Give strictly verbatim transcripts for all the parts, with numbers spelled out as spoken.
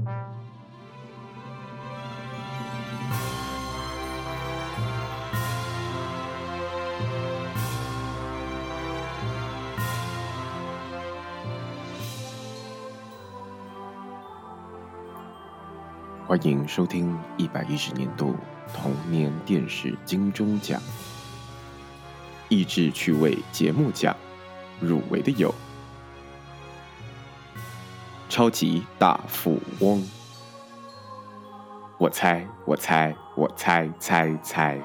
欢迎收听一百一十年度童年电视金钟奖益智趣味节目奖，入围的有超级大富翁，我猜我猜我猜猜猜，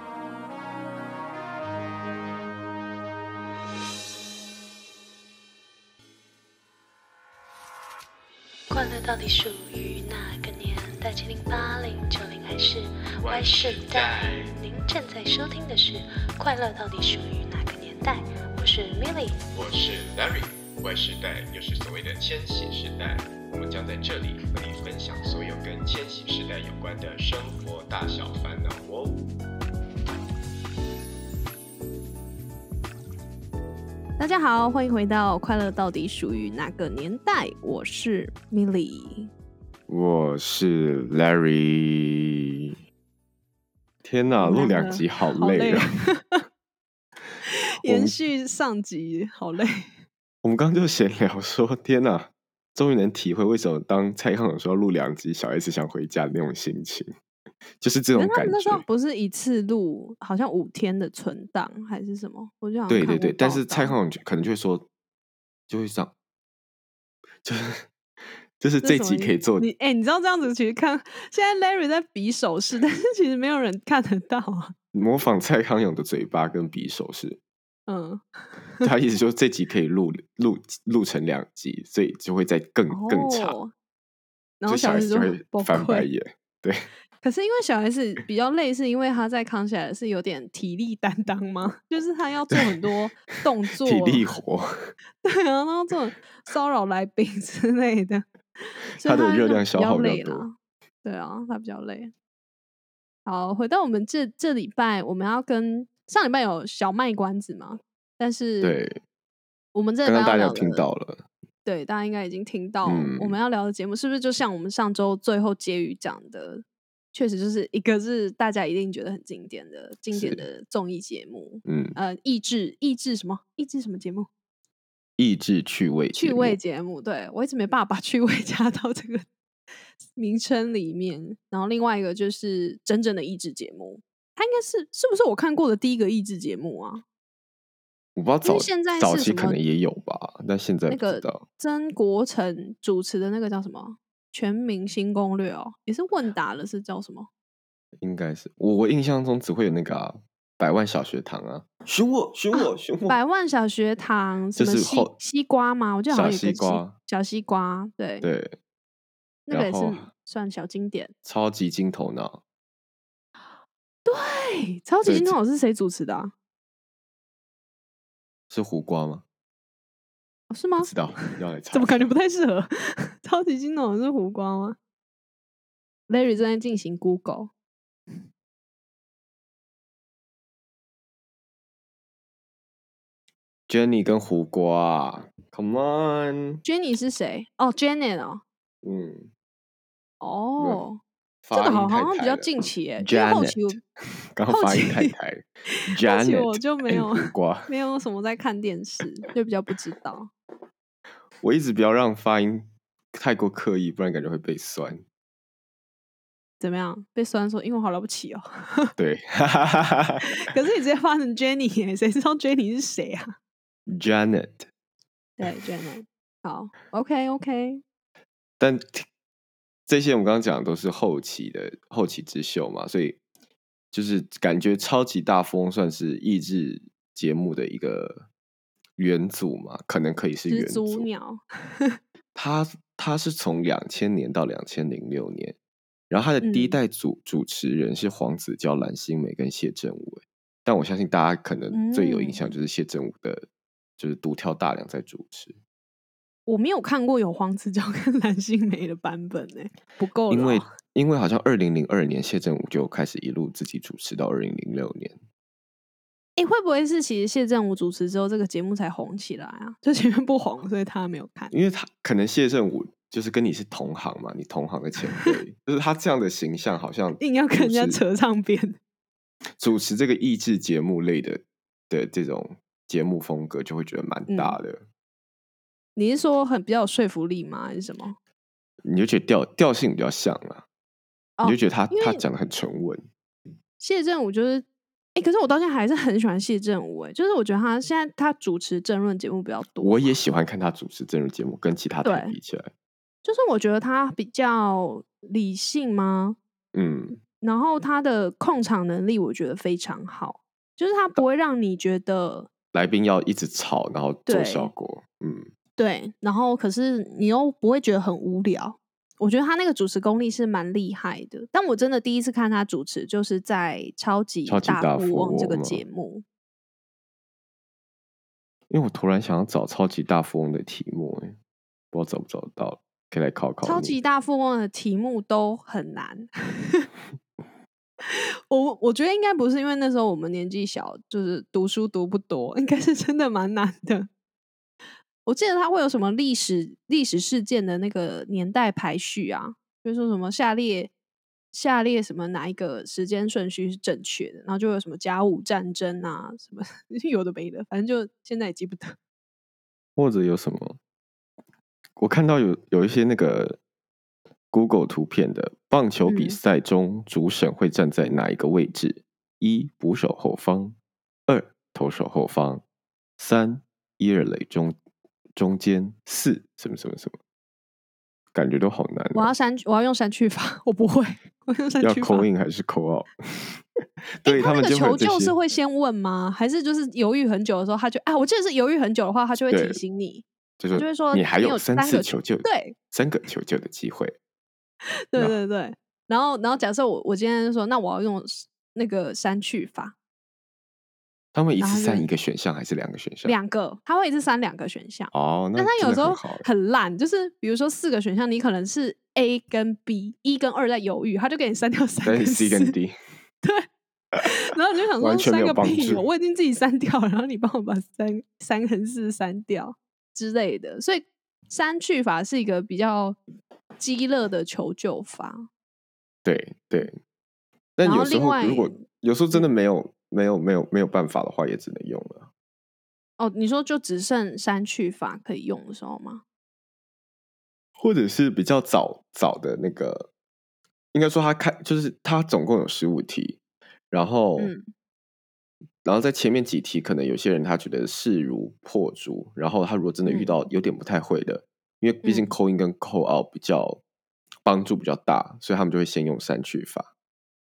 快乐到底属于哪个年代？七零八零九零还是 Y 世代？您正在收听的是《快乐到底属于哪个年代》，我是 Millie， 我是 Larry。Y 世代又是所谓的千禧世代，我们将在这里和你分享所有跟千禧世代有关的生活大小烦恼哦。 大家好，欢迎回到《快乐到底属于哪个年代》，我是 Millie， 我是 Larry。天哪，录两集好累啊！ 延续上集好累。 我们刚刚就闲聊说，天哪，终于能体会为什么当蔡康永说要录两集，小 S 想回家的那种心情，就是这种感觉。 那时候不是一次录，好像五天的存档还是什么？我就好像对对对，但是蔡康永可能就会说，就会这样，就是就是这集可以做。 你哎、欸，你知道这样子其实看，现在 Larry 在比手势，但是其实没有人看得到啊。 模仿蔡康永的嘴巴跟比手势。 嗯， 他意思就是这集可以录录录成两集，所以就会再更、哦、更长， 然后小 S 就会翻白眼。对， 可是因为小 S 比较累，是因为他在康熙来是有点体力担当吗？就是他要做很多动作， 体力活。 对啊，然后做骚扰来宾之类的， 他的热量消耗比较多。 对啊，他比较累。好，回到我们这这礼拜，我们要跟上礼拜有小卖关子嘛？但是对， 我们这礼拜刚刚大家有听到了， 对，大家应该已经听到、 嗯、 我们要聊的节目，是不是就像我们上周最后结语讲的，确实就是一个是大家一定觉得很经典的经典的综艺节目，嗯，呃，益智益智什么益智什么节目？ 益智趣味节目趣味节目，对，我一直没办法把趣味加到这个名称里面。然后另外一个就是真正的益智节目，它应该是是不是我看过的第一个益智节目啊？ 我不知道早现在早期可能也有吧，但现在不知道。那个曾国城主持的那个叫什么《全明星攻略》哦，也是问答了，是叫什么？ 应该是我我印象中只会有那个、啊、百万小学堂啊，选我选我选我， 百万小学堂什么西西瓜吗？我记得好像有个小西瓜， 小西瓜，对对， 那个也是算小经典。 超级金头脑， 对，超级金头脑是谁主持的啊？ 是胡瓜吗？ 哦、是吗？ 不知道，要来查。 怎么感觉不太适合？超级金头脑是胡瓜吗 ？Larry 正在进行 Google。 Jenny 跟胡瓜 ，Come on。Jenny 是谁？哦 ，Janet 哦。 嗯。 哦。这个好像比较近期耶， 因为后期我刚发音太太后期我就没有胡瓜没有什么在看电视，就比较不知道。 我一直不要让发音太过刻意，不然感觉会被酸。 怎么样？被酸说英文好了不起哦？ 对， 可是你直接发成 Jenny 耶，谁知道 Jenny 是谁啊 ？Janet。 对 ，Janet。好 ，OK OK。 但这些我们刚刚讲的都是后期的后起之秀嘛，所以就是感觉超级大富翁算是益智节目的一个元祖嘛，可能可以是元祖。 始祖鸟。 他他是从两千年到两千零六年，然后他的第一代主、嗯、主持人是黄子佼、蓝心湄跟谢振武，但我相信大家可能最有印象就是谢振武的，嗯、就是独挑大梁在主持。 我没有看过有黄子佼跟蓝心湄的版本呢，不够了。 因为因为好像二零零二年谢振武就开始一路自己主持到二零零六年。 哎，会不会是其实谢振武主持之后，这个节目才红起来啊？就前面不红，所以他没有看。 因为他可能谢振武就是跟你是同行嘛，你同行的前辈，就是他这样的形象好像硬要跟人家扯上边， 主持这个益智节目类的的这种节目风格就会觉得蛮大的、嗯、 你是说很比较有说服力吗还是什么？ 你就觉得调调性比较像啊、哦、你就觉得他他讲的很沉稳。 谢震武就是哎、欸，可是我到现在还是很喜欢谢震武哎，就是我觉得他现在他主持政论节目比较多， 我也喜欢看他主持政论节目，跟其他台比起来， 就是我觉得他比较理性吗？嗯，然后他的控场能力我觉得非常好，就是他不会让你觉得来宾要一直吵，然后做效果，嗯， 对，然后可是你又不会觉得很无聊。我觉得他那个主持功力是蛮厉害的，但我真的第一次看他主持就是在超级大富翁这个节目。 因为我突然想要找超级大富翁的题目，哎，不知道找不找得到，可以来考考你。 超级大富翁的题目都很难，我我觉得应该不是因为那时候我们年纪小，就是读书读不多，应该是真的蛮难的。我记得他会有什么历史历史事件的那个年代排序啊，就是说什么下列下列什么哪一个时间顺序是正确的，然后就有什么甲午战争啊，什么有的没的，反正就现在也记不得。 或者有什么，我看到有有一些那个 Google 图片的棒球比赛中，嗯、主审会站在哪一个位置？一捕手后方，二投手后方，三一二垒中。中间四什么什么什么，感觉都好难、哦。 我要删，我要用删去法，我不会，我用删去法。 要call in还是call out？对、欸、 他们就求救是会先问吗？还是就是犹豫很久的时候，他就啊，我记得是犹豫很久的话，他就会提醒你， 就是就会说你还有三次求救， 对， 三个求救的机会。 对对对，然后然后假设我我今天就说，那我要用那个删去法。 他们一次删一个选项还是两个选项？ 两个，他会一次删两个选项。 哦，那但他有时候很烂，就是比如说四个选项，你可能是 A 跟 B， 一跟二在犹豫，他就给你删掉三跟四。 C 跟 D。 对，然后你就想说删个屁，我已经自己删掉了，然后你帮我把三三跟四删掉之类的。所以删去法是一个比较激烈的求救法。 对对，但有时候如果有时候真的没有。嗯没有没有没有办法的话，也只能用了。 哦，你说就只剩删去法可以用的时候吗？ 或者是比较早早的那个，应该说他看就是他总共有十五题，然后、嗯、然后在前面几题可能有些人他觉得势如破竹，然后他如果真的遇到有点不太会的，嗯、因为毕竟call in跟call out比较帮助比较大，所以他们就会先用删去法。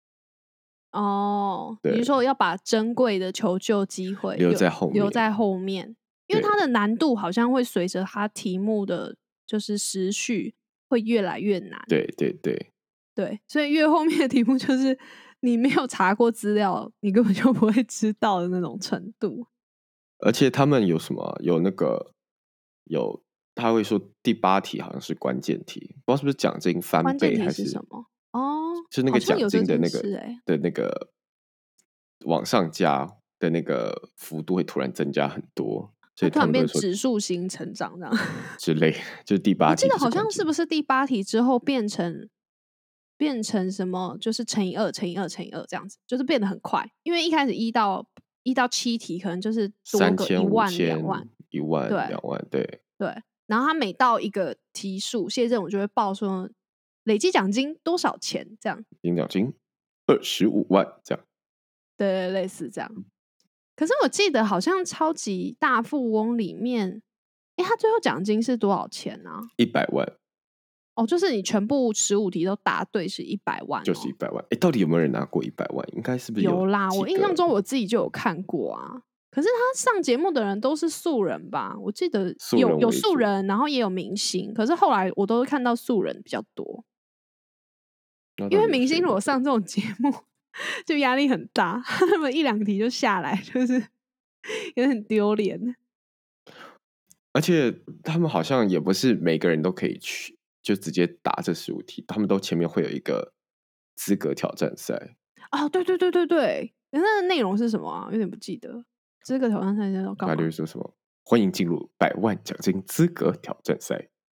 哦，你是说要把珍贵的求救机会留在后面， 留在后面，因为它的难度好像会随着它题目的就是时序会越来越难。 对对对对，所以越后面的题目就是你没有查过资料，你根本就不会知道的那种程度。 而且他们有什么？有那个有他会说第八题好像是关键题，不知道是不是奖金翻倍还是什么。哦， 是那个奖金的那个、 欸、 的那个往上加的那个幅度会突然增加很多，所以突然变指数型成长这样之类，就是第八题。 我记得好像是不是第八题之后变成变成什么，就是乘以二乘以二乘以二这样子，就是变得很快。因为一开始一到一到七题可能就是多个一万两万一万两万，对对。然后他每到一个题数，谢震武就会报说。累计奖金多少钱？这样， 领奖金二十五万，这样， 对对，类似这样。可是我记得好像超级大富翁里面，哎，他最后奖金是多少钱啊？ 一百万。 哦，就是你全部十五题都答对是一百万、哦， 就是一百万。哎，到底有没有人拿过一百万？应该是不是 有, 有啦？我印象中我自己就有看过啊。可是他上节目的人都是素人吧？我记得有有素人，然后也有明星。可是后来我都看到素人比较多。因为明星如果上这种节目就压力很大，他们一两题就下来，就是有点很丢脸。 而且他们好像也不是每个人都可以去就直接答这十五题，他们都前面会有一个资格挑战赛。 哦，对对对对对，那内容是什么啊？有点不记得。资格挑战赛要干嘛？ 他就是说什么欢迎进入百万奖金资格挑战赛。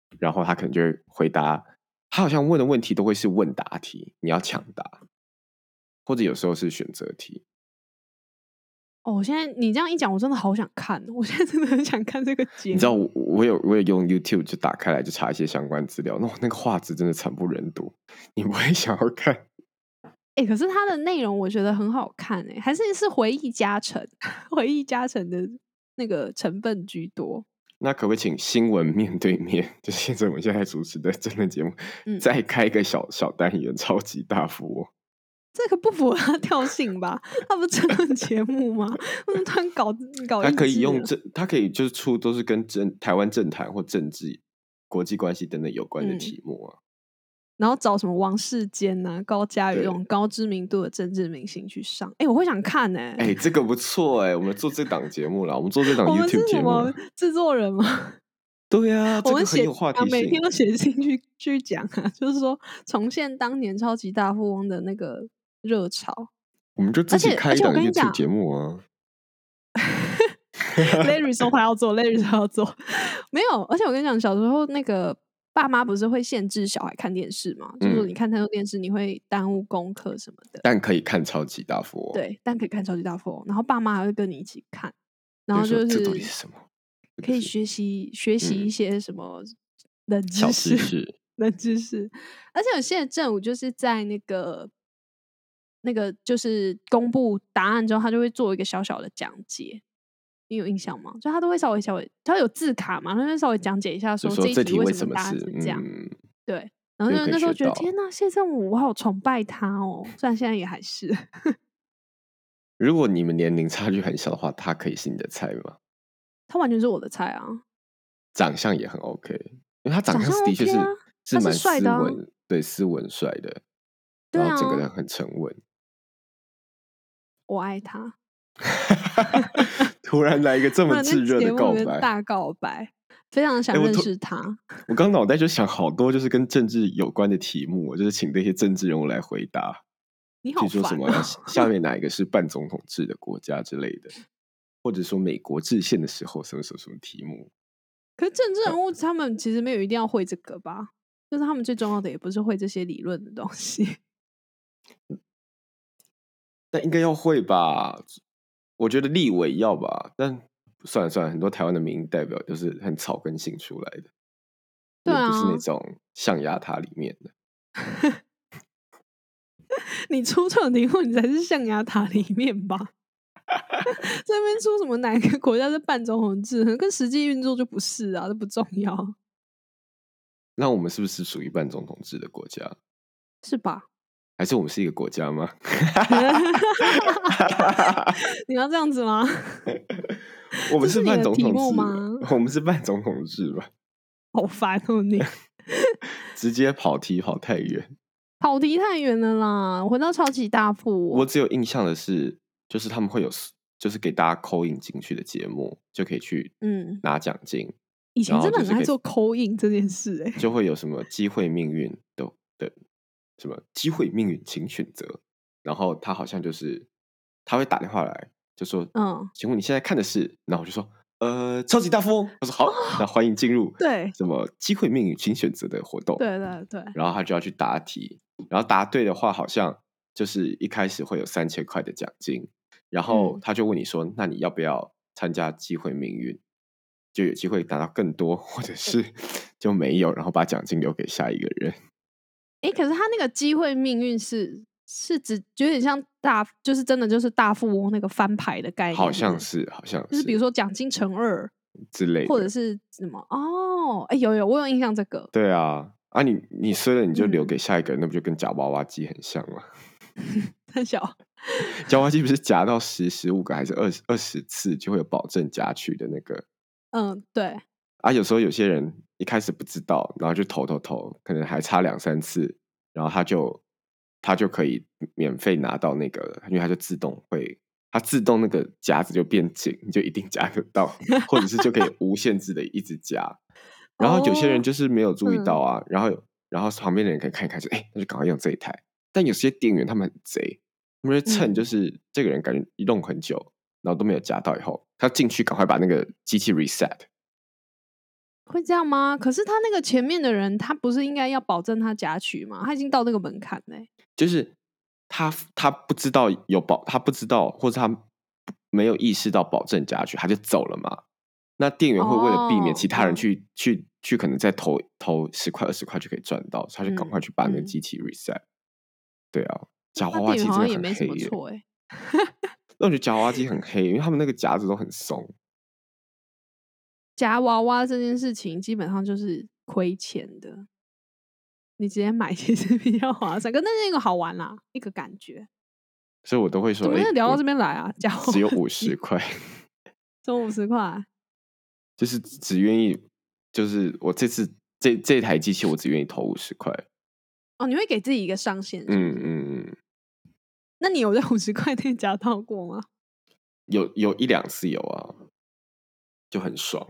然后他可能就会回答，他好像问的问题都会是问答题，你要抢答，或者有时候是选择题。 哦，我现在你这样一讲，我真的好想看，我现在真的很想看这个节目。 你知道我我有我有用 YouTube 就打开来就查一些相关资料，那那个画质真的惨不忍睹，你不会想要看。 哎、欸，可是它的内容我觉得很好看哎、欸，还是是回忆加成，回忆加成的那个成分居多。 那可不可以请新闻面对面，就是现在我们现在主持的真人节目，嗯、再开一个小小单元《超级大富翁》？ 这个不符合他调性吧？他不是真人节目吗？为什么突然搞搞？ 他可以用政，他可以就是出都是跟政台湾政坛或政治、国际关系等等有关的题目啊。嗯、 然后找什么王世坚啊、高嘉瑜这种高知名度的政治明星去上，哎、欸，我会想看哎、欸， 哎、欸，这个不错哎、欸，我们做这档节目啦，我们做这档 YouTube 节目， 我们是什么制作人吗？ 对啊，这个很有话题性， 啊、每天都写信去去讲啊，就是说重现当年超级大富翁的那个热潮。 我们就自己开一档 YouTube 节目啊。 Larry 说他要做 ，Larry 说他要做，没有。而且我跟你讲，小时候那个爸妈不是会限制小孩看电视嘛？嗯、就是说你看太多电视，你会耽误功课什么的。 但可以看超级大富翁， 对，但可以看超级大富翁，然后爸妈还会跟你一起看，然后就是这到底是什么？ 可以学习学习一些什么冷知识、 小知识、 冷知识。而且有些政府就是在那个那个就是公布答案之后，他就会做一个小小的讲解。你有印象吗？就他都会稍微稍微，他有字卡嘛，他就稍微讲解一下说这一题为什么答案是这样。嗯、对，然后就那时候觉得天哪，谢振武我好崇拜他哦，虽然现在也还是。 如果你们年龄差距很小的话，他可以是你的菜吗？ 他完全是我的菜啊， 长相也很 OK， 因为他长相的确是、 OK 啊、 是蛮斯文， 啊、 对，斯文帅的， 然后整个人很沉稳。 我爱他。 突然来一个这么炙热的告白， 大告白，非常想认识他。 欸、我刚脑袋就想好多就是跟政治有关的题目，就是请这些政治人物来回答。 你好、啊， 就说什么下面哪一个是半总统制的国家之类的，或者说美国制宪的时候什么什么什么题目。 可是政治人物他们其实没有一定要会这个吧？就是他们最重要的也不是会这些理论的东西。 但应该要会吧？我觉得立委要吧，但算了算了，很多台湾的民意代表就是很草根性出来的， 对啊， 不是那种象牙塔里面的。 你出这种题目，你才是象牙塔里面吧？这边出什么哪个国家是半总统制，跟实际运作就不是啊，这不重要。 那我们是不是属于半总统制的国家？ 是吧？ 还是我们是一个国家吗？ 你要这样子吗？ 我们是半总统制吗？ 我们是半总统制吧？ 好烦哦你！ 直接跑题跑太远， 跑题太远了啦！回到超级大富翁， 我只有印象的是，就是他们会有，就是给大家 call in 进去的节目，就可以去嗯拿奖金。 以前真的很爱做 call in 这件事、欸，哎， 就会有什么机会命运的的什么机会命运请选择，然后他好像就是他会打电话来，就说嗯，请问你现在看的是？然后我就说呃，超级大富翁。他说好，那欢迎进入对什么机会命运请选择的活动。 对对对， 然后他就要去答题，然后答对的话，好像就是一开始会有三千块的奖金，然后他就问你说，嗯、那你要不要参加机会命运？就有机会拿到更多，或者是就没有，然后把奖金留给下一个人。 哎、欸，可是他那个机会命运是是指有点像大，就是真的就是大富翁那个翻牌的概念， 好像是，好像是， 就是比如说奖金乘二之类的， 或者是什么哦，哎、欸，有有，我有印象这个。 对啊，啊你你衰了你就留给下一个人，嗯、那不就跟夹娃娃机很像吗？ 太小， 夹娃娃机不是夹到十十五个还是二十二十次就会有保证夹取的那个？ 嗯，对。 啊，有时候有些人一开始不知道，然后就投投投，可能还差两三次，然后他就他就可以免费拿到那个，因为他就自动会，他自动那个夹子就变紧，你就一定夹得到，或者是就可以无限制的一直夹。然后有些人就是没有注意到啊，哦嗯、然后然后旁边的人可以看一看，就哎，那就赶快用这一台。但有些店员他们很贼，他们就趁就是这个人感觉一弄很久，然后都没有夹到以后，他进去赶快把那个机器 reset。 会这样吗？可是他那个前面的人，他不是应该要保证他夹取吗？他已经到那个门槛嘞、欸。 就是他他不知道有保，他不知道或者他没有意识到保证夹取，他就走了嘛。那店员会为了避免其他人去、哦、去去可能再投投十块二十块就可以赚到，他就赶快去把那个机器 reset、嗯。对啊，夹娃娃机真的很黑耶。 也没什么错哎。 那我觉得夹娃娃机很黑，因为他们那个夹子都很松。 夹娃娃这件事情基本上就是亏钱的，你直接买其实比较划算，可是那个好玩啦，一个感觉。 所以我都会说， 怎么会聊到这边来啊？夹只有五十块， 中五十块， 就是只愿意，就是我这次这这台机器我只愿意投五十块。 哦，你会给自己一个上限是不是？ 嗯嗯嗯。 那你有在五十块内夹到过吗？ 有有一两次有啊，就很爽。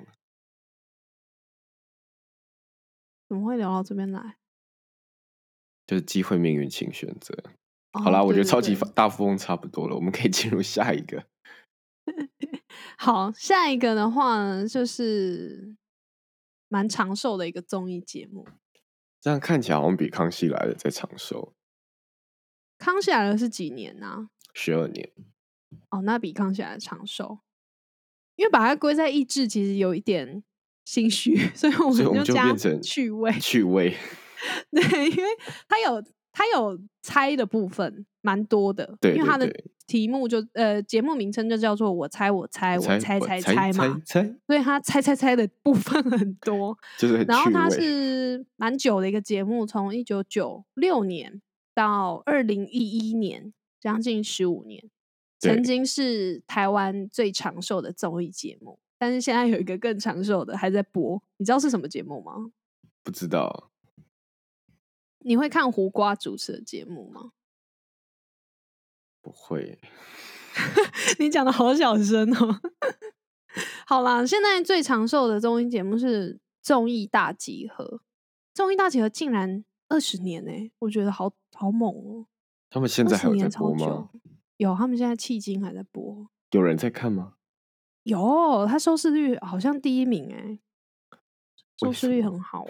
怎么会聊到这边来？ 就是机会、命运、请选择。 哦、 好啦， 对对对， 我觉得超级大富翁差不多了，我们可以进入下一个。 好，下一个的话呢，就是蛮长寿的一个综艺节目。 这样看起来好像比《康熙来了》再长寿。 康熙来了是几年啊？ 十二年。 哦，那比康熙来了长寿。因为把它归在益智，其实有一点心虚，所以我们就加趣味。 趣味。 对，因为它有它有猜的部分蛮多的， 对对对， 因为它的题目就呃节目名称就叫做我猜我猜我猜猜猜嘛， 猜猜， 所以它猜猜猜的部分很多， 就是很趣味。 然后它是蛮久的一个节目，从一九九六年到二零一一年，将近十五年，曾经是台湾最长寿的综艺节目，但是现在有一个更长寿的还在播，你知道是什么节目吗？ 不知道。 你会看胡瓜主持的节目吗？ 不会。 你讲的好小声哦。好啦，现在最长寿的综艺节目是综艺大集合，综艺大集合竟然二十年欸，我觉得好好猛哦。 他们现在还有在播吗？ 有，他们现在迄今还在播。 有人在看吗？ 有，他收视率好像第一名欸，收视率很好哦。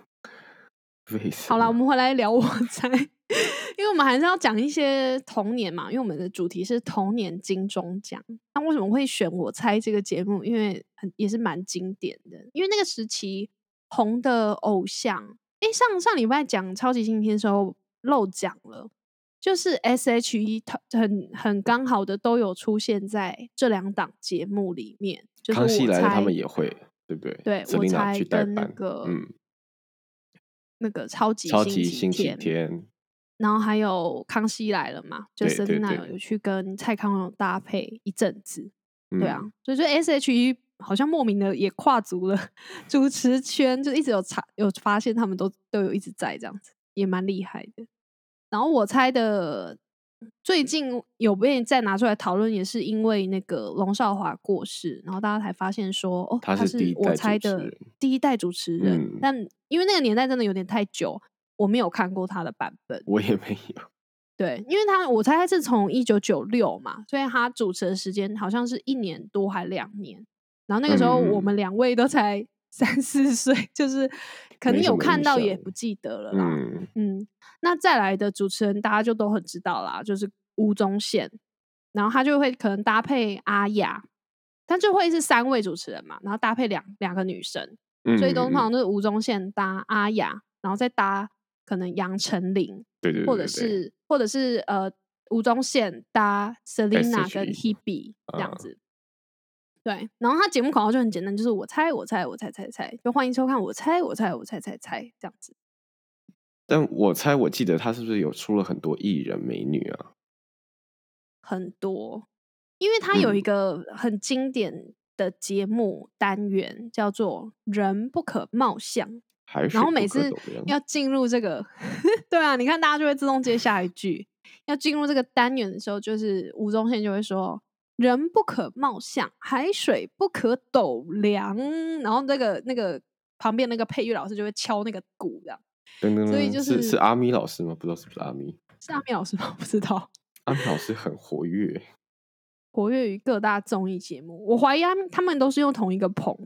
好啦，我们回来聊我猜，因为我们还是要讲一些童年嘛，因为我们的主题是童年金钟奖。那为什么会选我猜这个节目？因为很也是蛮经典的，因为那个时期红的偶像，哎，上上礼拜讲超级星期天的时候漏讲了，就是 S H E 很很刚好的都有出现在这两档节目里面。就是、 康熙来了他们也会，对不对？ 对，我猜跟那个嗯。 那个超级超级星期天，天然后还有康熙来了嘛，就 Selina 有去跟蔡康永搭配一阵子， 嗯、 对啊，所以说 S H E 好像莫名的也跨足了主持圈，就一直有查有发现他们都都有一直在这样子，也蛮厉害的。然后我猜的最近有被再拿出来讨论，也是因为那个龙少华过世，然后大家才发现说，哦，他是我猜的第一代主持人。嗯、但因为那个年代真的有点太久，我没有看过他的版本， 我也没有。 对，因为他我猜他是从一九九六嘛，所以他主持的时间好像是一年多还两年。然后那个时候我们两位都才三四岁，就是可能有看到也不记得了啦。嗯嗯，那再来的主持人大家就都很知道啦，就是吴宗宪，然后他就会可能搭配阿雅，但就会是三位主持人嘛，然后搭配两两个女生，嗯、所以通常都是吴宗宪搭阿雅，然后再搭可能杨丞琳， 对对对对， 或者是或者是呃吴宗宪搭 Selina 跟 Hebe 这样子。啊对，然后他节目口号就很简单，就是我猜我猜我猜猜猜，就欢迎收看我猜我猜我猜猜猜这样子。 但我猜我记得他是不是有出了很多艺人美女啊？ 很多，因为他有一个很经典的节目单元、嗯、叫做人不可貌相，然后每次要进入这个对啊，你看大家就会自动接下一句，要进入这个单元的时候，就是吴宗宪就会说人不可貌相，海水不可斗量，然后那个那个旁边那个配乐老师就会敲那个鼓这样， 噔噔噔， 所以就是是, 是阿咪老师吗？不知道是不是阿咪？ 是阿咪老师吗？不知道。 阿咪老师很活跃， 活跃于各大综艺节目。我怀疑他们都是用同一个棚吧？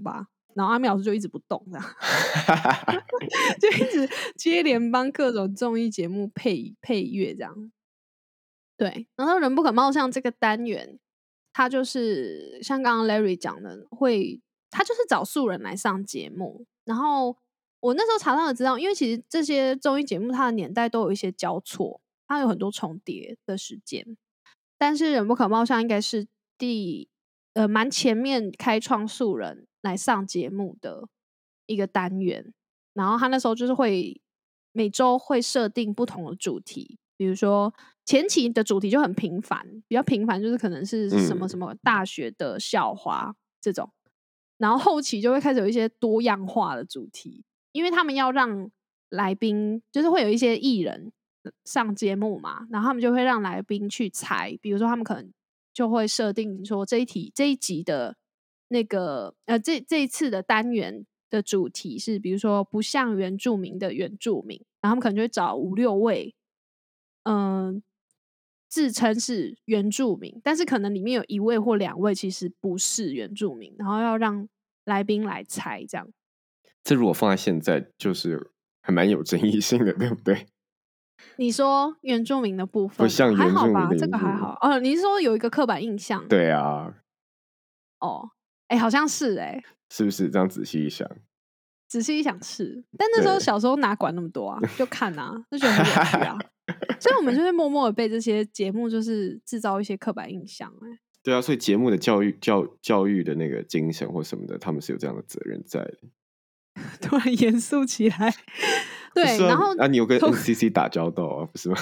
然后阿米老师就一直不动这样就一直接连帮各种综艺节目配配乐这样。对，然后人不可貌相这个单元，他就是像刚刚 Larry 讲的，会他就是找素人来上节目。然后我那时候查到的资料，因为其实这些综艺节目它的年代都有一些交错，它有很多重叠的时间，但是人不可貌相应该是第呃蛮前面开创素人来上节目的一个单元。然后他那时候就是会每周会设定不同的主题，比如说前期的主题就很平凡，比较平凡就是可能是什么什么大学的校花这种，然后后期就会开始有一些多样化的主题，因为他们要让来宾就是会有一些艺人上节目嘛，然后他们就会让来宾去猜，比如说他们可能就会设定说这一题这一集的那个呃这这一次的单元的主题是比如说不像原住民的原住民，然后他们可能就会找五六位嗯、呃、自称是原住民，但是可能里面有一位或两位其实不是原住民，然后要让来宾来猜这样。 这如果放在现在就是还蛮有争议性的，对不对？ 你说原住民的部分不像原住民的还好吧，这个还好哦。你是说有一个刻板印象？ 对啊。 哦，哎、欸，好像是哎、欸， 是不是这样？仔细一想， 仔细一想是，但那时候小时候哪管那么多啊，就看啊，就觉得很有趣啊，所以我们就会默默的被这些节目就是制造一些刻板印象哎、欸。 对啊，所以节目的教育教教育的那个精神或什么的，他们是有这样的责任在的。 突然严肃起来，对， 啊、 然后啊，你有跟 N C C 打交道啊，不是吗？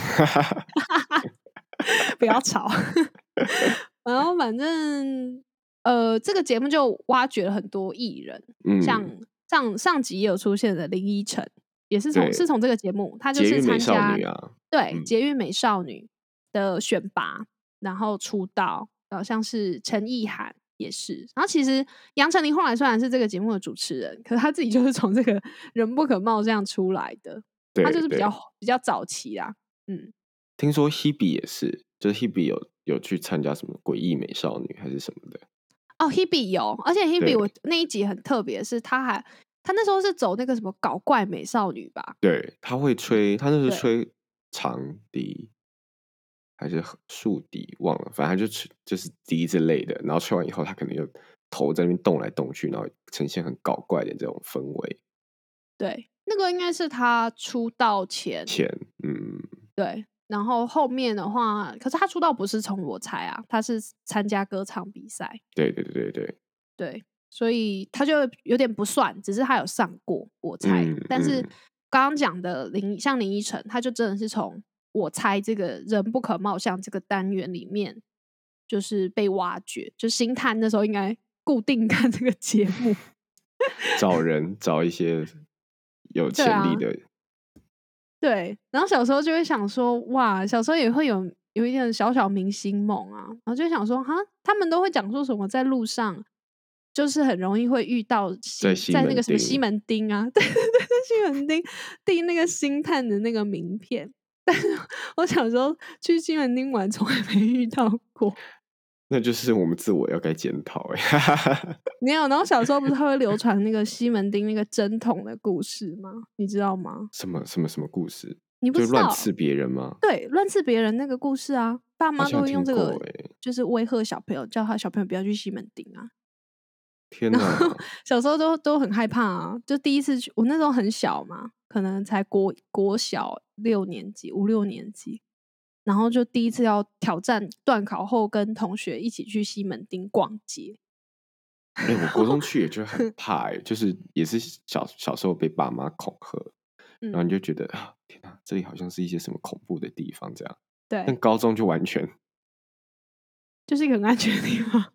不要吵。然后反正呃，这个节目就挖掘了很多艺人，嗯、像上上集也有出现的林依晨，也是从是从这个节目，她就是参加捷运美少女啊， 对、 嗯、 捷运美少女的选拔，然后出道，然后像是陈意涵。也是，然后其实杨丞琳后来虽然是这个节目的主持人，可是他自己就是从这个人不可貌相出来的，他就是比较比较早期啦。嗯， 听说 Hebe 也是，就是 Hebe 有有去参加什么诡异美少女还是什么的。 哦 ，Hebe 有，而且 Hebe 我那一集很特别，是他还他那时候是走那个什么搞怪美少女吧？ 对，他会吹，他那是吹长笛。还是竖笛忘了，反正就就是笛子类的，然后吹完以后，他可能又头在那边动来动去，然后呈现很搞怪的这种氛围。 对，那个应该是他出道前前，嗯， 对。然后后面的话，可是他出道不是从我猜啊，他是参加歌唱比赛。 对对对对对对，所以他就有点不算，只是他有上过我猜。嗯、但是刚刚讲的林像林依晨，他就真的是从。我猜这个人不可貌相这个单元里面就是被挖掘，就星探那时候应该固定看这个节目找人找一些有潜力的对,、啊、对，然后小时候就会想说哇，小时候也会有有一点小小明星梦啊，然后就想说哈，他们都会讲说什么在路上就是很容易会遇到在, 在那个什么西门町啊，对对对，在西门町订那个星探的那个名片。但是我小时候去西门町玩从来没遇到过， 那就是我们自我要该检讨哎。 没有，然后小时候不是会流传那个西门町那个针筒的故事吗？你知道吗？ 什么什么什么故事？ 你不知道？ 就乱刺别人吗？ 对，乱刺别人那个故事啊，爸妈都会用这个，就是威吓小朋友，叫他小朋友不要去西门町啊。 天哪！ 小时候都都很害怕啊，就第一次去，我那时候很小嘛，可能才国国小六年级、五六年级，然后就第一次要挑战段考后跟同学一起去西门町逛街。 哎、欸，我国中去也就很怕哎、欸，就是也是小小时候被爸妈恐吓，然后你就觉得啊，天哪，这里好像是一些什么恐怖的地方这样。 对， 但高中就完全就是一个很安全的地方。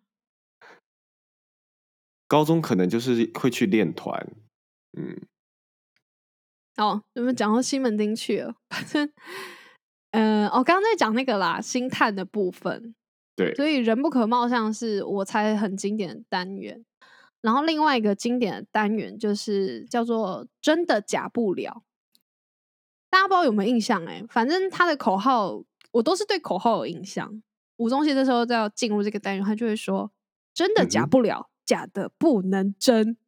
高中可能就是会去练团，嗯， 哦，我们讲到西门町去了，反正，呃，我、哦、刚刚在讲那个啦，星探的部分， 对， 所以人不可貌相是我猜很经典的单元，然后另外一个经典的单元就是叫做真的假不了，大家不知道有没有印象哎、欸，反正他的口号我都是对口号有印象。吴宗宪这时候在要进入这个单元，他就会说真的假不了。嗯假的不能真，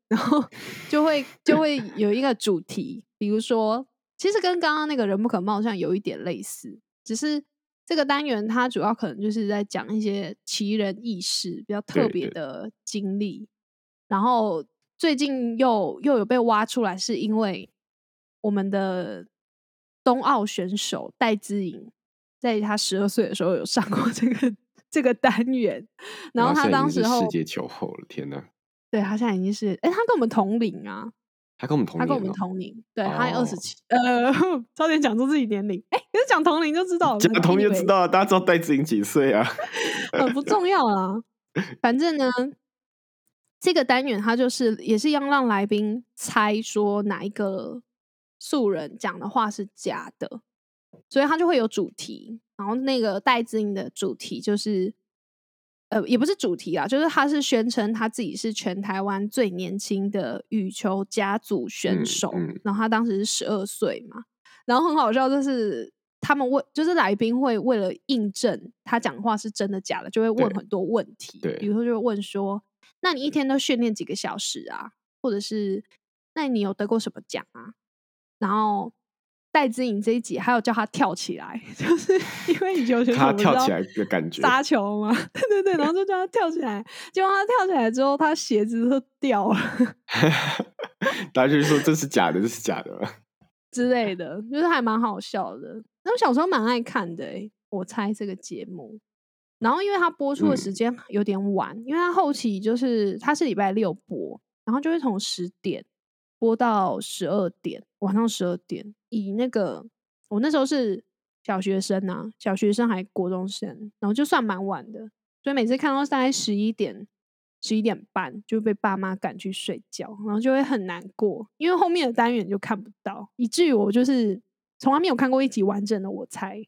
然后就会就会有一个主题，比如说其实跟刚刚那个人不可貌相有一点类似，只是这个单元它主要可能就是在讲一些奇人异事比较特别的经历，然后最近又又有被挖出来，是因为我们的冬奥选手戴资颖在他十二岁的时候有上过这个这个单元，然后他当时候世界球后了，天哪！ 对，他现在已经是，哎，他跟我们同龄啊， 他跟我们同龄、哦， 他跟我们同龄，对，哦、他二十七，呃，差点讲出自己年龄，哎，可是讲同龄就知道了， 讲同龄就知道了，大家知道戴资颖几岁啊？ 很不重要啦，反正呢。这个单元它就是也是要让来宾猜说哪一个素人讲的话是假的，所以他就会有主题，然后那个戴资颖的主题就是呃也不是主题啦，就是他是宣称他自己是全台湾最年轻的羽球甲组选手，嗯嗯、然后他当时是十二岁嘛，然后很好笑就是他们为就是来宾会为了印证他讲话是真的假的，就会问很多问题，比如说就会问说那你一天都训练几个小时啊？或者是那你有得过什么奖啊？然后戴资颖这一集还有叫他跳起来，就是因为羽球选手他跳起来的感觉杀球嘛，对对对，然后就叫他跳起来，结果他跳起来之后，他鞋子都掉了， 大家就说这是假的，这是假的之类的，就是还蛮好笑的。那我小时候蛮爱看的、欸，我猜这个节目。然后因为它播出的时间有点晚、嗯、因为它后期就是它是礼拜六播，然后就会从十点播到十二点，晚上十二点。以那个我那时候是小学生啊，小学生还国中生，然后就算蛮晚的，所以每次看到大概十一点十一点半就被爸妈赶去睡觉，然后就会很难过，因为后面的单元就看不到，以至于我就是从来没有看过一集完整的我猜。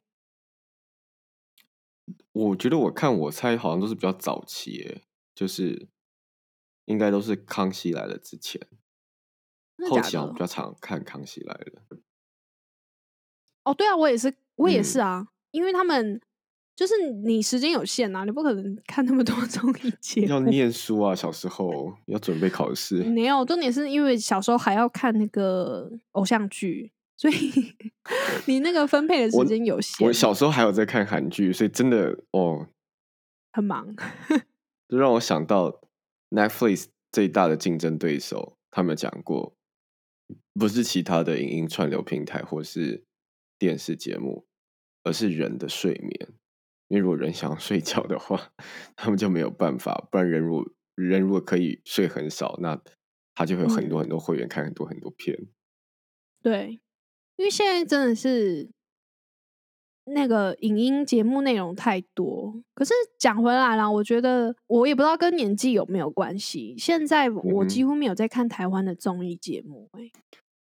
我觉得我看我猜好像都是比较早期耶，就是应该都是康熙来了之前，后期好像比较常看康熙来了。 哦，对啊，我也是，我也是啊，嗯、因为他们就是你时间有限啊，你不可能看那么多综艺节目， 要念书啊，小时候要准备考试。 没有，重点是因为小时候还要看那个偶像剧。所以你那个分配的时间有限。 我, 我小时候还有在看韩剧，所以真的哦， 很忙。 就让我想到 Netflix 最大的竞争对手，他们讲过，不是其他的影音串流平台或是电视节目，而是人的睡眠。因为如果人想要睡觉的话，他们就没有办法，不然人如果人如果可以睡很少，那他就会有很多很多会员、嗯、看很多很多片。 对。因为现在真的是那个影音节目内容太多，可是讲回来啦，我觉得我也不知道跟年纪有没有关系。现在我几乎没有在看台湾的综艺节目、欸嗯，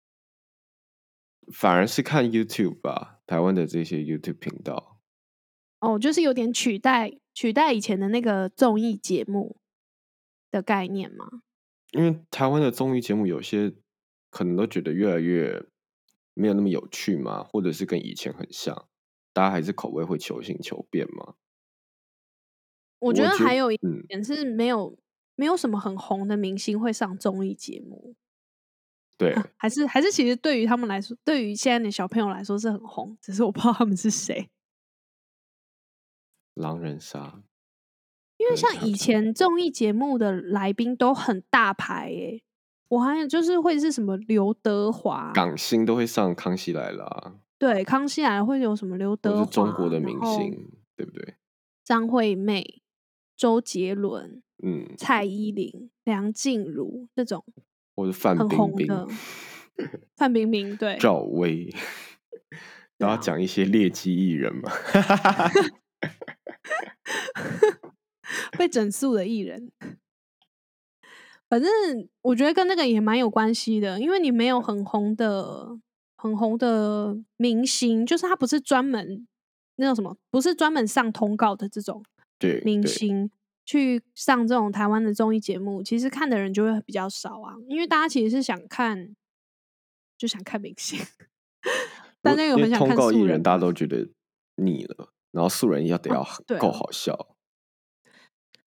反而是看 YouTube 吧，台湾的这些 YouTube 频道。 哦，就是有点取代取代以前的那个综艺节目的概念嘛。 因为台湾的综艺节目有些可能都觉得越来越没有那么有趣嘛，或者是跟以前很像，大家还是口味会求新求变嘛。 我觉得还有一点是没有、嗯、没有什么很红的明星会上综艺节目。 对、 啊，还是还是其实对于他们来说，对于现在的小朋友来说是很红，只是我不知道他们是谁。 狼人杀， 因为像以前综艺节目的来宾都很大牌耶、欸。我还有就是会是什么刘德华， 港星都会上康熙来了、啊， 对，康熙来了会有什么刘德华， 是中国的明星，对不对？ 张惠妹、周杰伦、 嗯， 蔡依林、梁静茹这种， 或者范冰冰的，范冰冰对， 赵薇，都要讲一些劣迹艺人嘛， 被整肃的艺人。反正我觉得跟那个也蛮有关系的，因为你没有很红的、很红的明星，就是他不是专门那种什么，不是专门上通告的这种明星去上这种台湾的综艺节目，其实看的人就会比较少啊，因为大家其实是想看，就想看明星，大家有很想看素人， 通告艺人大家都觉得腻了，然后素人要得要够好笑。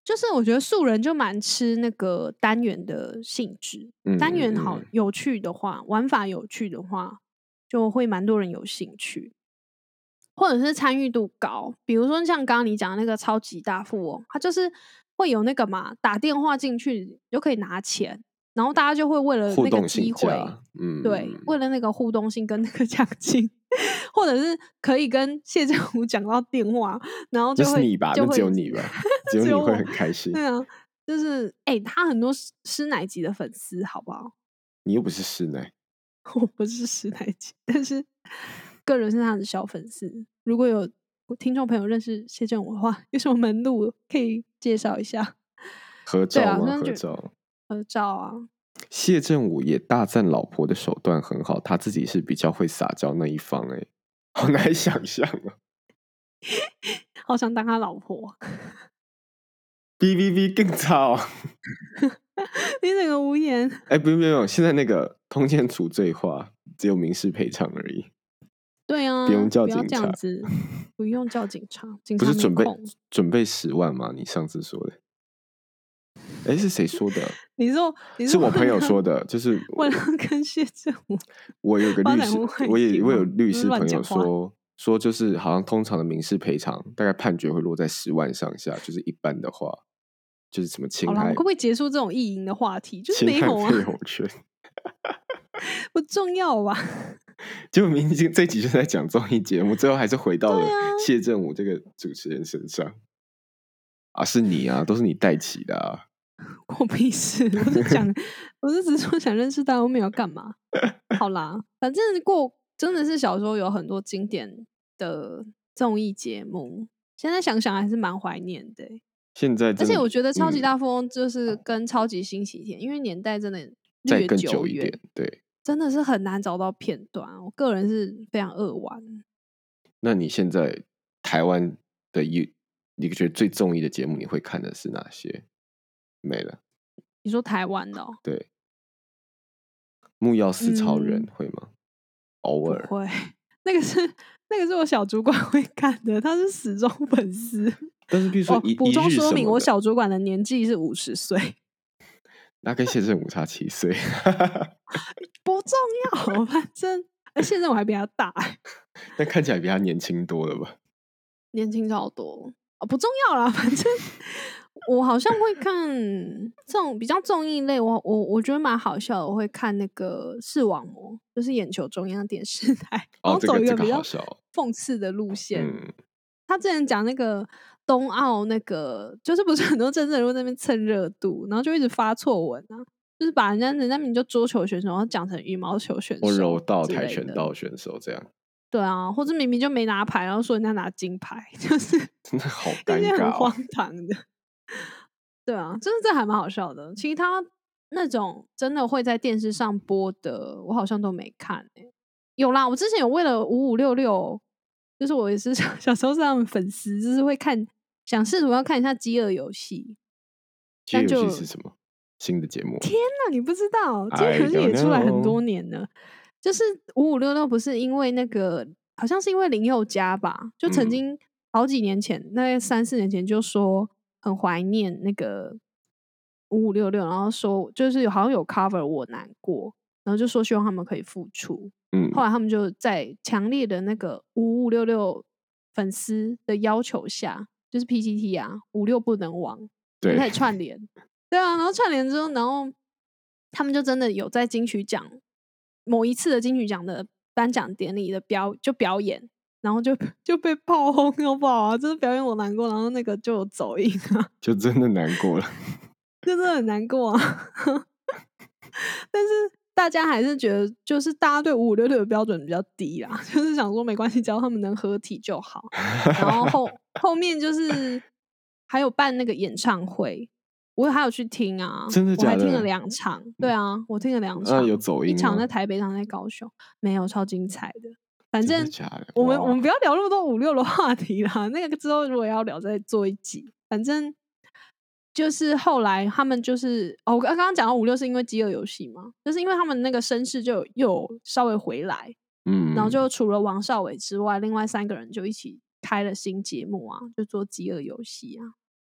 就是我觉得素人就蛮吃那个单元的性质， 嗯单元好嗯嗯有趣的话，玩法有趣的话，就会蛮多人有兴趣，或者是参与度高。比如说像刚刚你讲的那个超级大富翁，它就是会有那个嘛，打电话进去就可以拿钱，然后大家就会为了那个互动性机会， 价，嗯， 对，为了那个互动性跟那个奖金，或者是可以跟谢振武讲到电话，然后那就是会你吧， 就会那只有你吧，只有只有我你会很开心。 对啊，就是哎、欸他很多师师奶级的粉丝，好不好？ 你又不是师奶， 我不是师奶级，但是个人是他的小粉丝。如果有听众朋友认识谢振武的话，有什么门路可以介绍一下？ 合对啊， 照吗？ 那就合照。 合照啊， 谢振武也大赞老婆的手段很好，他自己是比较会撒娇那一方、欸，哎，好难想象啊！ 好想当他老婆。 哔哔哔更糟。 你整个无言。 哎、欸，不用不用，现在那个通奸除罪化，只有民事赔偿而已。 对啊， 不用叫不要警察， 这样子，不用叫警察，警察没不是准备空。 准备十万吗？你上次说的。哎、欸，是谁说的？ 你说你是我朋友说的，就是为了跟谢振武， 我有个律师，我也我有律师朋友乱讲话说说，就是好像通常的民事赔偿大概判决会落在十万上下，就是一般的话，就是什么侵好了，我害们可不可以结束这种意淫的话题？就是侵害没有啊， 配偶权， 不重要吧？ 就明明这集就在讲综艺节目，最后还是回到了对啊谢振武这个主持人身上。啊，是你啊，都是你带起的啊！ 我屁事，我是讲，我是只是说想认识他，我没有干嘛。好啦，反正过真的是小时候有很多经典的综艺节目，现在想想还是蛮怀念的欸、 现在真的， 而且我觉得超级嗯大富翁就是跟超级星期天，因为年代真的略再更久远久一点，对。 真的是很难找到片段。我个人是非常扼腕。 那你现在台湾的一你觉得最综艺的节目，你会看的是哪些？没了。 你说台湾的、哦？ 对，木曜四超人、 嗯会吗？偶尔不会，那个是那个是我小主管会看的，他是死忠粉丝。 但是比如说哦一、 补充一日说明， 什么的我小主管的年纪是五十岁， 那跟谢振武差七岁。 不重要，反正而现在我还比他大、欸， 但看起来比他年轻多了吧？ 年轻超多哦，不重要啦，反正我好像会看这种比较综艺类，我我我觉得蛮好笑的，我会看那个视网膜，就是眼球中央电视台，然哦， 后这个这个走一个比较好笑。 讽刺的路线。 嗯， 他之前讲那个冬奥那个，就是不是很多政治人物在那边蹭热度，然后就一直发错文啊，就是把人家人家明明就桌球选手，然后讲成羽毛球选手或柔道、 之类的跆拳道选手这样， 对啊，或者明明就没拿牌，然后说人家拿金牌，就是真的好这尴尬、 些很荒哦。 唐的。对啊，就是这还蛮好笑的。其他那种真的会在电视上播的，我好像都没看诶、有啦，我之前有为了五五六六，就是我也是小小时候是他们粉丝，就是会看，想试图要看一下《饥饿游戏》。 饥饿游就戏是什么？新的节目？ 天哪，你不知道，《饥饿 I 游戏》也 don't 出来很 know 多年了。就是五五六六不是因为那个，好像是因为林宥嘉吧，就曾嗯经好几年前，大概三四年前就说很怀念那个五五六六，然后说就是有好像有 cover 我难过，然后就说希望他们可以复出。 嗯， 后来他们就在强烈的那个五五六六粉丝的要求下，就是 P T T 啊，五六不能亡，就对开始串联。对啊，然后串联之后，然后他们就真的有在金曲奖某一次的金曲奖的颁奖典礼的表就表演，然后就就被炮轰，好不好啊？就是表演我难过，然后那个就有走音啊， 就真的难过了。 真的很难过啊。但是大家还是觉得，就是大家对五五六六的标准比较低啦，就是想说没关系，只要他们能合体就好。然后后后面就是还有办那个演唱会。我还有去听啊， 真的假的？ 我还听了两场。对啊，我听了两场， 啊、有走音吗？ 一场在台北，一场在高雄，没有，超精彩的。反正假的我们我们不要聊那么多五六的话题啦，那个之后如果要聊再做一集。反正就是后来他们就是哦，我刚刚讲到五六是因为饥饿游戏嘛，就是因为他们那个声势就有又有稍微回来， 嗯， 然后就除了王少伟之外，另外三个人就一起开了新节目啊，就做饥饿游戏啊。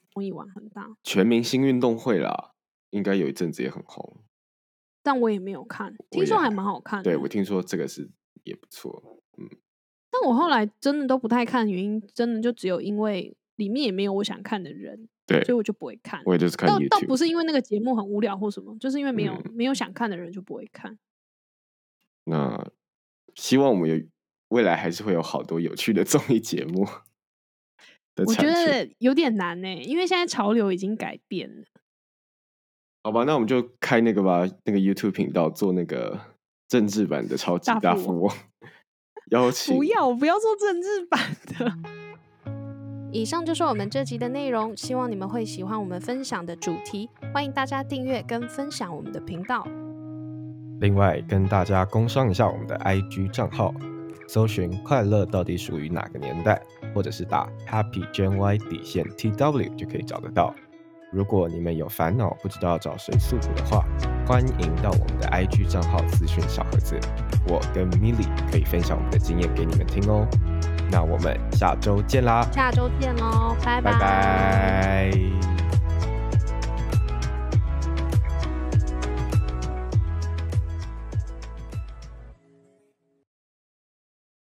综艺玩很大。 全明星运动会啦，应该有一阵子也很红， 但我也没有看，听说还蛮好看的。 对，我听说这个是也不错，嗯。 但我后来真的都不太看，原因真的就只有因为里面也没有我想看的人， 对， 所以我就不会看。 我也就是看 YouTube， 倒倒不是因为那个节目很无聊或什么，就是因为没有、嗯、没有想看的人就不会看。 那希望我们有未来还是会有好多有趣的综艺节目的产出。 我觉得有点难欸，因为现在潮流已经改变了。 好吧，那我们就开那个吧，那个 YouTube 频道做那个政治版的超级大富翁。邀请不要，我不要做政治版的。 以上就是我们这集的内容，希望你们会喜欢我们分享的主题，欢迎大家订阅跟分享我们的频道。 另外跟大家工商一下我们的 I G 账号，搜寻快乐到底属于哪个年代，或者是打 Happy Gen Y 底线 T W 就可以找得到。如果你们有烦恼不知道找谁诉苦的话，欢迎到我们的 I G 账号私讯小盒子，我跟 Millie 可以分享我们的经验给你们听哦。那我们下周见啦！ 下周见喽，拜拜拜。